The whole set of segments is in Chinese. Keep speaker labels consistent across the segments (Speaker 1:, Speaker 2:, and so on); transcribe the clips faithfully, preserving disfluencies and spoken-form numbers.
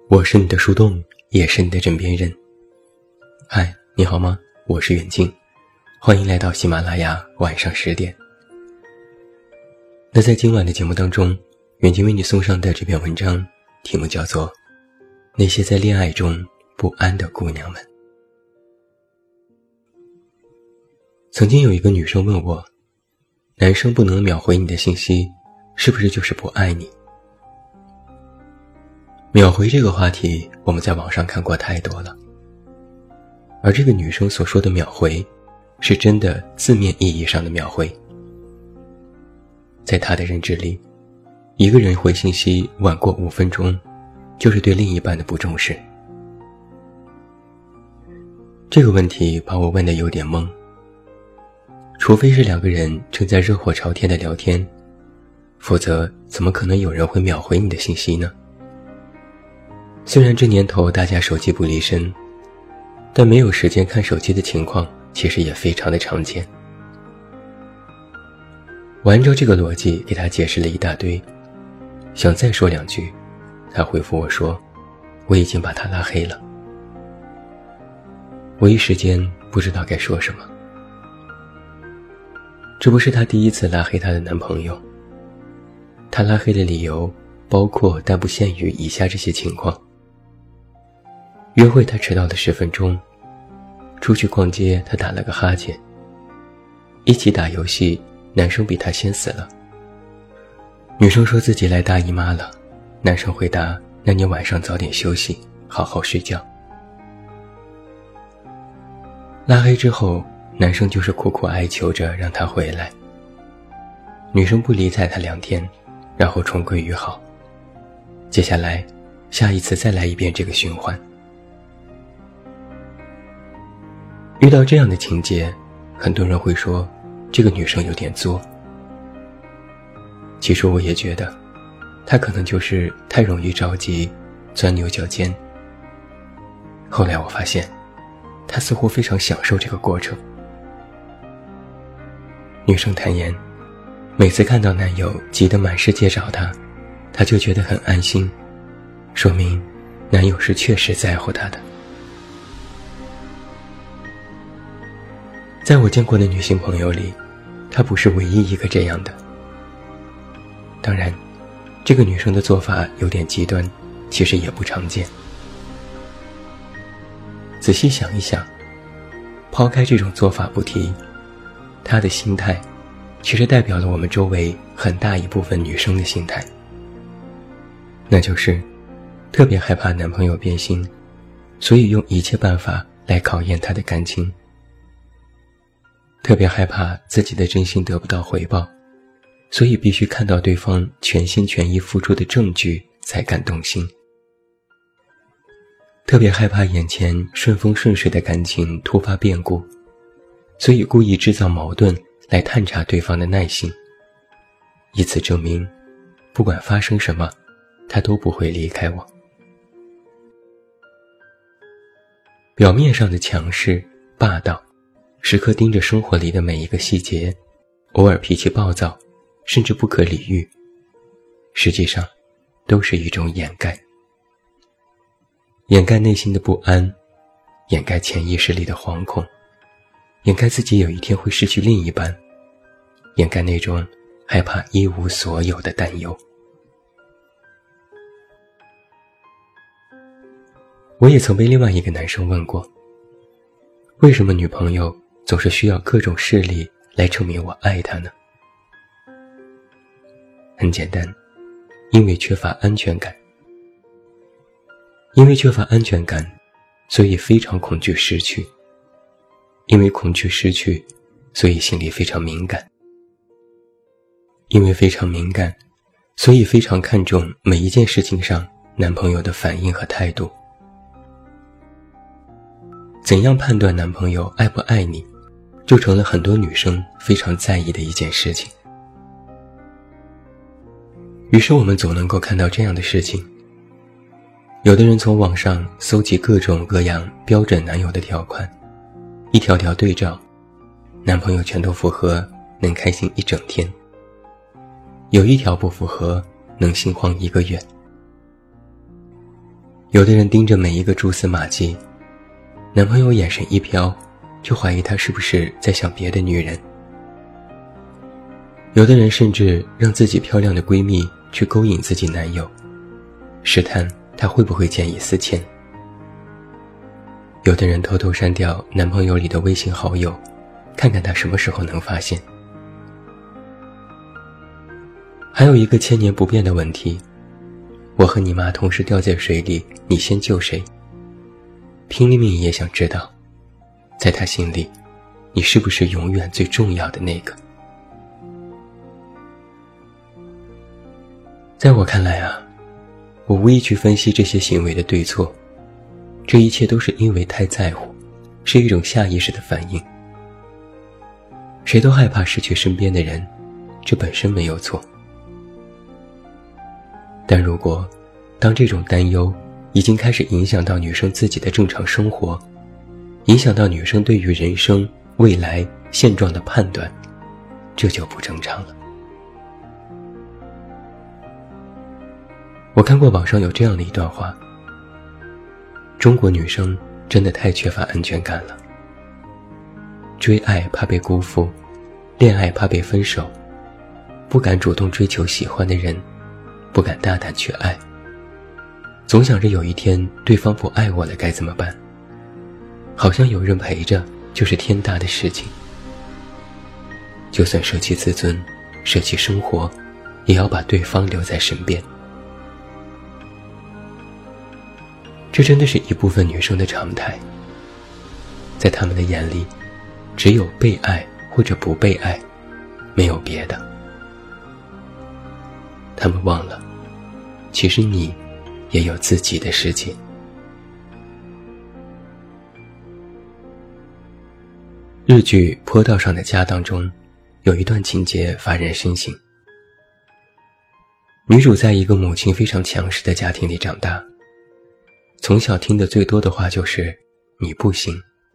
Speaker 1: 我是你的树洞，也是你的枕边人。嗨，你好吗？我是远近，欢迎来到喜马拉雅晚上十点。那在今晚的节目当中，远近为你送上的这篇文章题目叫做《那些在恋爱中不安的姑娘们》。曾经有一个女生问我，男生不能秒回你的信息，是不是就是不爱你？秒回这个话题，我们在网上看过太多了。而这个女生所说的秒回，是真的字面意义上的秒回。在她的认知里，一个人回信息晚过五分钟，就是对另一半的不重视。这个问题把我问得有点懵。除非是两个人正在热火朝天的聊天，否则怎么可能有人会秒回你的信息呢？虽然这年头大家手机不离身，但没有时间看手机的情况其实也非常的常见。我按照这个逻辑给他解释了一大堆，想再说两句，他回复我说我已经把他拉黑了。我一时间不知道该说什么。这不是她第一次拉黑她的男朋友，她拉黑的理由包括但不限于以下这些情况：约会她迟到了十分钟，出去逛街她打了个哈欠，一起打游戏男生比她先死了，女生说自己来大姨妈了，男生回答那你晚上早点休息，好好睡觉。拉黑之后，男生就是苦苦哀求着让她回来，女生不理睬他两天，然后重归于好。接下来下一次再来一遍这个循环。遇到这样的情节，很多人会说这个女生有点作。其实我也觉得她可能就是太容易着急，钻牛角尖。后来我发现她似乎非常享受这个过程。女生坦言，每次看到男友急得满世界找她，她就觉得很安心，说明男友是确实在乎她的。在我见过的女性朋友里，她不是唯一一个这样的。当然，这个女生的做法有点极端，其实也不常见。仔细想一想，抛开这种做法不提，她的心态其实代表了我们周围很大一部分女生的心态，那就是特别害怕男朋友变心，所以用一切办法来考验他的感情。特别害怕自己的真心得不到回报，所以必须看到对方全心全意付出的证据才敢动心。特别害怕眼前顺风顺水的感情突发变故，所以故意制造矛盾来探查对方的耐心，以此证明不管发生什么，他都不会离开我。表面上的强势霸道，时刻盯着生活里的每一个细节，偶尔脾气暴躁，甚至不可理喻，实际上都是一种掩盖。掩盖内心的不安，掩盖潜意识里的惶恐，掩盖自己有一天会失去另一半，掩盖那种害怕一无所有的担忧。我也曾被另外一个男生问过，为什么女朋友总是需要各种事例来证明我爱她呢？很简单，因为缺乏安全感。因为缺乏安全感，所以非常恐惧失去。因为恐惧失去，所以心里非常敏感。因为非常敏感，所以非常看重每一件事情上男朋友的反应和态度。怎样判断男朋友爱不爱你，就成了很多女生非常在意的一件事情。于是我们总能够看到这样的事情，有的人从网上搜集各种各样标准男友的条款，一条条对照，男朋友全都符合，能开心一整天。有一条不符合，能心慌一个月。 有的人盯着每一个蛛丝马迹，男朋友眼神一飘，就怀疑他是不是在想别的女人。有的人甚至让自己漂亮的闺蜜去勾引自己男友，试探他会不会见异思迁。有的人偷偷删掉男朋友里的微信好友，看看他什么时候能发现。还有一个千年不变的问题，我和你妈同时掉在水里，你先救谁？拼了命也想知道，在他心里，你是不是永远最重要的那个？在我看来啊，我无意去分析这些行为的对错，这一切都是因为太在乎，是一种下意识的反应。谁都害怕失去身边的人，这本身没有错。但如果当这种担忧已经开始影响到女生自己的正常生活，影响到女生对于人生、未来、现状的判断，这就不正常了。我看过网上有这样的一段话，中国女生真的太缺乏安全感了。追爱怕被辜负，恋爱怕被分手，不敢主动追求喜欢的人，不敢大胆去爱，总想着有一天对方不爱我了该怎么办，好像有人陪着就是天大的事情。就算舍弃自尊，舍弃生活，也要把对方留在身边。这真的是一部分女生的常态，在她们的眼里，只有被爱或者不被爱，没有别的。她们忘了，其实你也有自己的世界。日剧《坡道上的家》当中，有一段情节发人深省。女主在一个母亲非常强势的家庭里长大，从小听的最多的话就是你不行。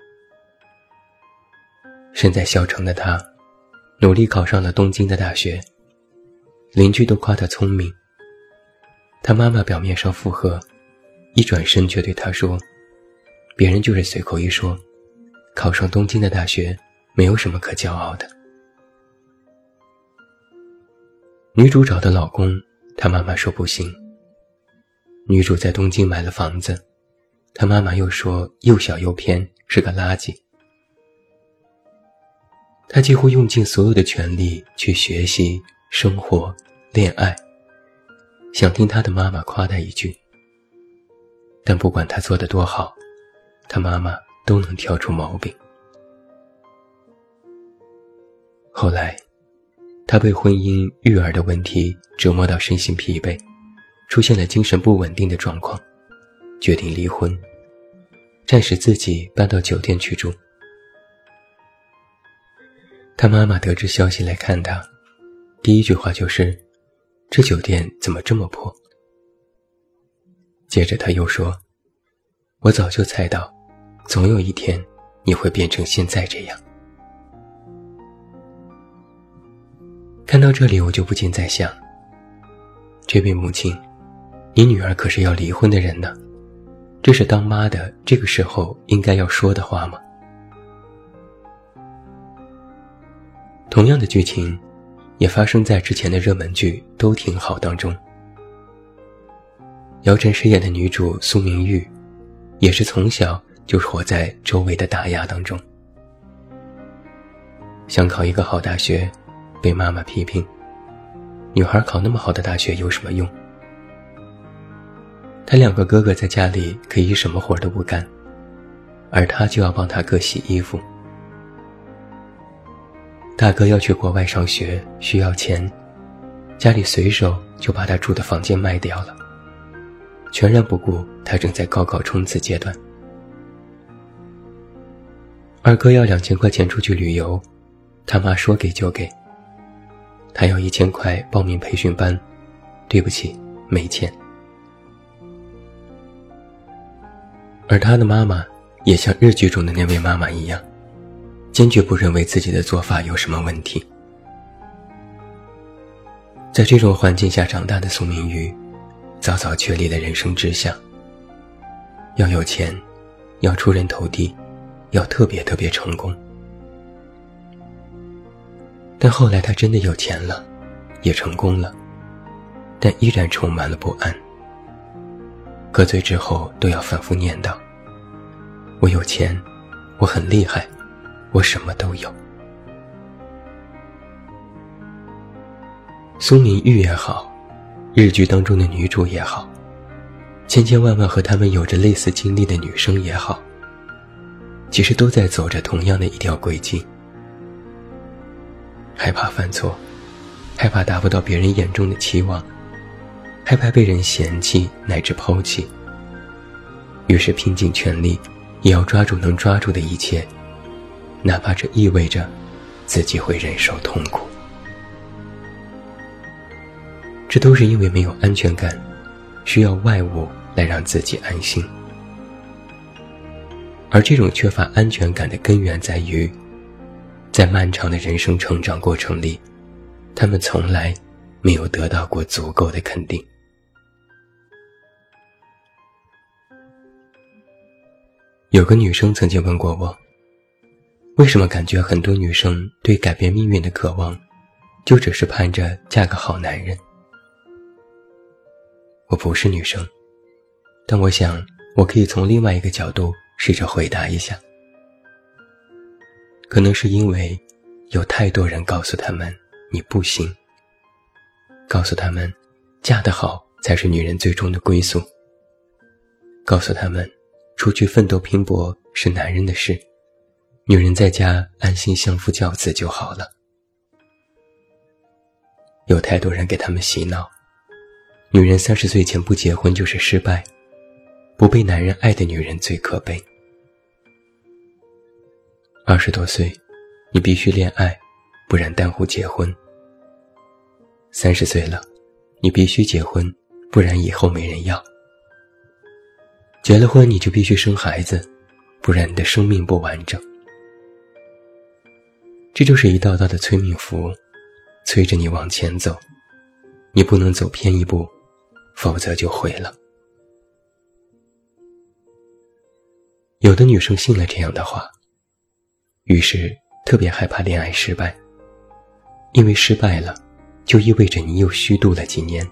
Speaker 1: 身在小城的她，努力考上了东京的大学，邻居都夸她聪明。她妈妈表面上附和，一转身却对她说，别人就是随口一说，考上东京的大学没有什么可骄傲的。女主找的老公，她妈妈说不行。女主在东京买了房子，她妈妈又说又小又偏，是个垃圾。她几乎用尽所有的全力去学习、生活、恋爱，想听她的妈妈夸她一句。但不管她做得多好，她妈妈都能挑出毛病。后来，她被婚姻、育儿的问题折磨到身心疲惫，出现了精神不稳定的状况，决定离婚，暂时自己搬到酒店去住。他妈妈得知消息来看他，第一句话就是，这酒店怎么这么破？接着他又说，我早就猜到，总有一天你会变成现在这样。看到这里我就不禁在想，这位母亲，你女儿可是要离婚的人呢，这是当妈的这个时候应该要说的话吗？同样的剧情也发生在之前的热门剧《都挺好》当中。姚晨饰演的女主苏明玉，也是从小就是活在周围的打压当中，想考一个好大学，被妈妈批评，女孩考那么好的大学有什么用？他两个哥哥在家里可以什么活都不干，而他就要帮他哥洗衣服。大哥要去国外上学，需要钱，家里随手就把他住的房间卖掉了，全然不顾他正在高考冲刺阶段。二哥要两千块钱出去旅游，他妈说给就给。他要一千块报名培训班，对不起，没钱。而他的妈妈也像日剧中的那位妈妈一样，坚决不认为自己的做法有什么问题。在这种环境下长大的苏明玉，早早确立了人生志向， 要有钱，要出人头地，要特别特别成功。但后来他真的有钱了，也成功了，但依然充满了不安。喝醉之后都要反复念叨，我有钱，我很厉害，我什么都有。苏明玉也好，日剧当中的女主也好，千千万万和她们有着类似经历的女生也好，其实都在走着同样的一条轨迹。害怕犯错，害怕达不到别人眼中的期望，害怕被人嫌弃乃至抛弃，于是拼尽全力也要抓住能抓住的一切，哪怕这意味着自己会忍受痛苦。这都是因为没有安全感，需要外物来让自己安心。而这种缺乏安全感的根源在于，在漫长的人生成长过程里，他们从来没有得到过足够的肯定。有个女生曾经问过我，为什么感觉很多女生对改变命运的渴望，就只是盼着嫁个好男人？我不是女生，但我想我可以从另外一个角度试着回答一下。可能是因为有太多人告诉他们你不行，告诉他们嫁得好才是女人最终的归宿，告诉他们出去奋斗拼搏是男人的事，女人在家安心相夫教子就好了。有太多人给他们洗脑，女人三十岁前不结婚就是失败，不被男人爱的女人最可悲。二十多岁，你必须恋爱，不然耽误结婚。三十岁了，你必须结婚，不然以后没人要。结了婚你就必须生孩子，不然你的生命不完整。这就是一道道的催命符，催着你往前走，你不能走偏一步，否则就毁了。有的女生信了这样的话，于是特别害怕恋爱失败，因为失败了就意味着你又虚度了几年。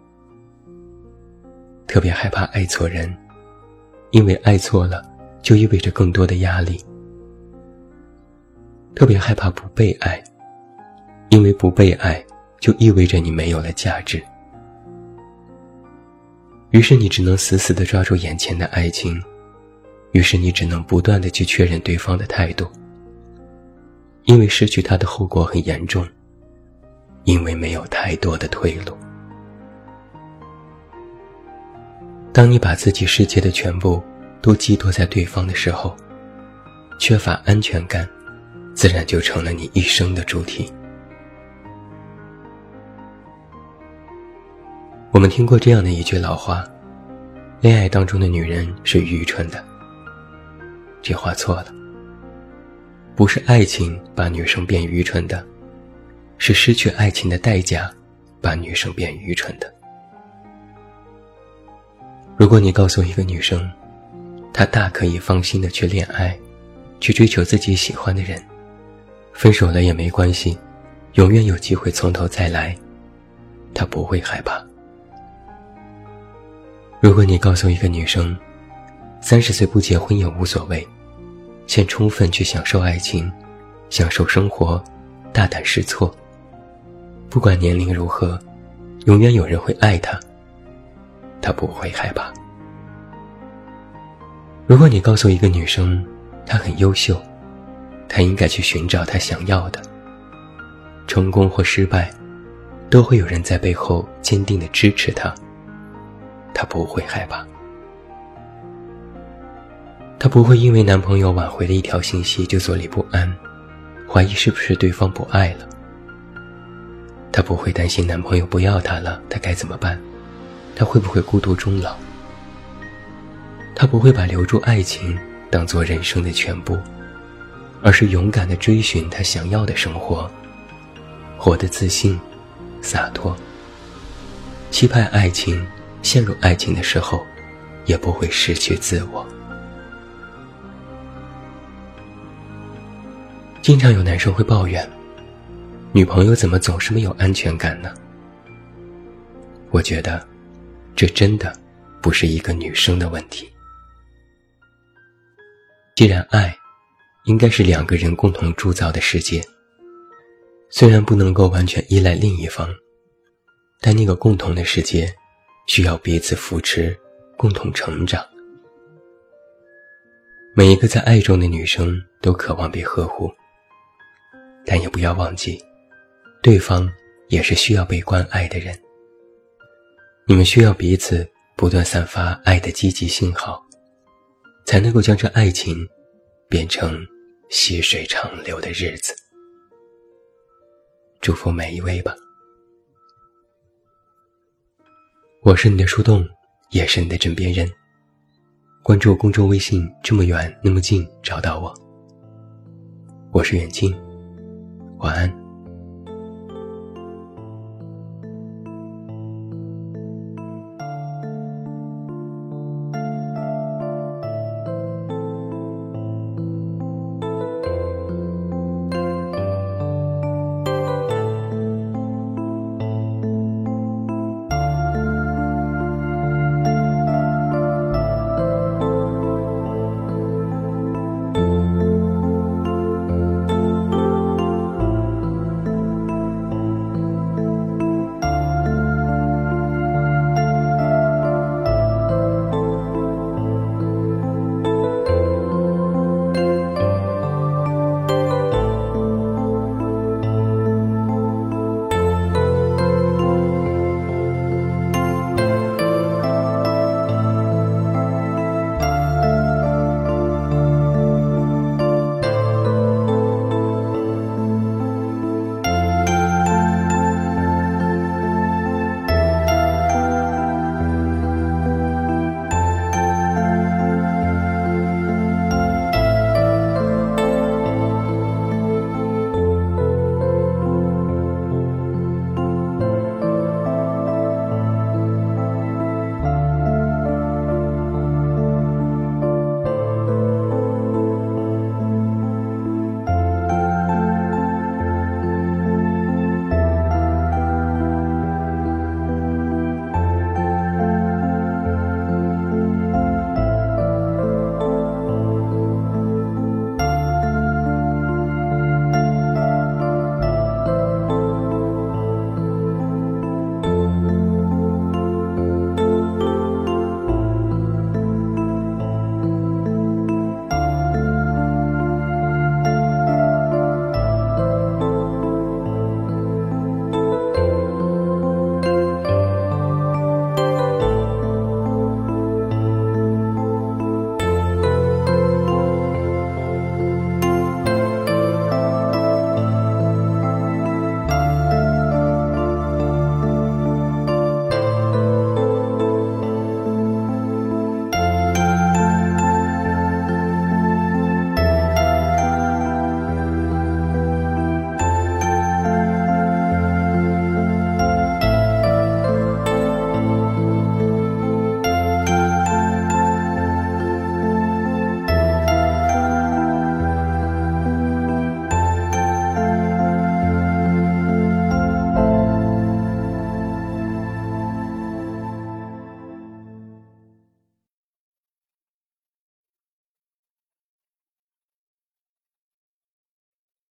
Speaker 1: 特别害怕爱错人，因为爱错了就意味着更多的压力。特别害怕不被爱，因为不被爱就意味着你没有了价值。于是你只能死死地抓住眼前的爱情，于是你只能不断地去确认对方的态度，因为失去他的后果很严重，因为没有太多的退路。当你把自己世界的全部都寄托在对方的时候，缺乏安全感自然就成了你一生的主题。我们听过这样的一句老话，恋爱当中的女人是愚蠢的。这话错了，不是爱情把女生变愚蠢的，是失去爱情的代价把女生变愚蠢的。如果你告诉一个女生，她大可以放心地去恋爱，去追求自己喜欢的人，分手了也没关系，永远有机会从头再来，她不会害怕。如果你告诉一个女生，三十岁不结婚也无所谓，先充分去享受爱情，享受生活，大胆试错，不管年龄如何，永远有人会爱她，她不会害怕。如果你告诉一个女生，她很优秀，她应该去寻找她想要的，成功或失败，都会有人在背后坚定地支持她，她不会害怕。她不会因为男朋友挽回了一条信息就坐立不安，怀疑是不是对方不爱了。她不会担心男朋友不要她了，她该怎么办？她会不会孤独终老？她不会把留住爱情当作人生的全部，而是勇敢地追寻她想要的生活，活得自信、洒脱，期盼爱情，陷入爱情的时候也不会失去自我。经常有男生会抱怨，女朋友怎么总是没有安全感呢？我觉得，这真的不是一个女生的问题。既然爱应该是两个人共同铸造的世界，虽然不能够完全依赖另一方，但那个共同的世界需要彼此扶持，共同成长。每一个在爱中的女生都渴望被呵护，但也不要忘记，对方也是需要被关爱的人。你们需要彼此不断散发爱的积极信号，才能够将这爱情变成细水长流的日子。祝福每一位吧。我是你的树洞，也是你的枕边人。关注公众微信这么远那么近，找到我。我是远近，晚安。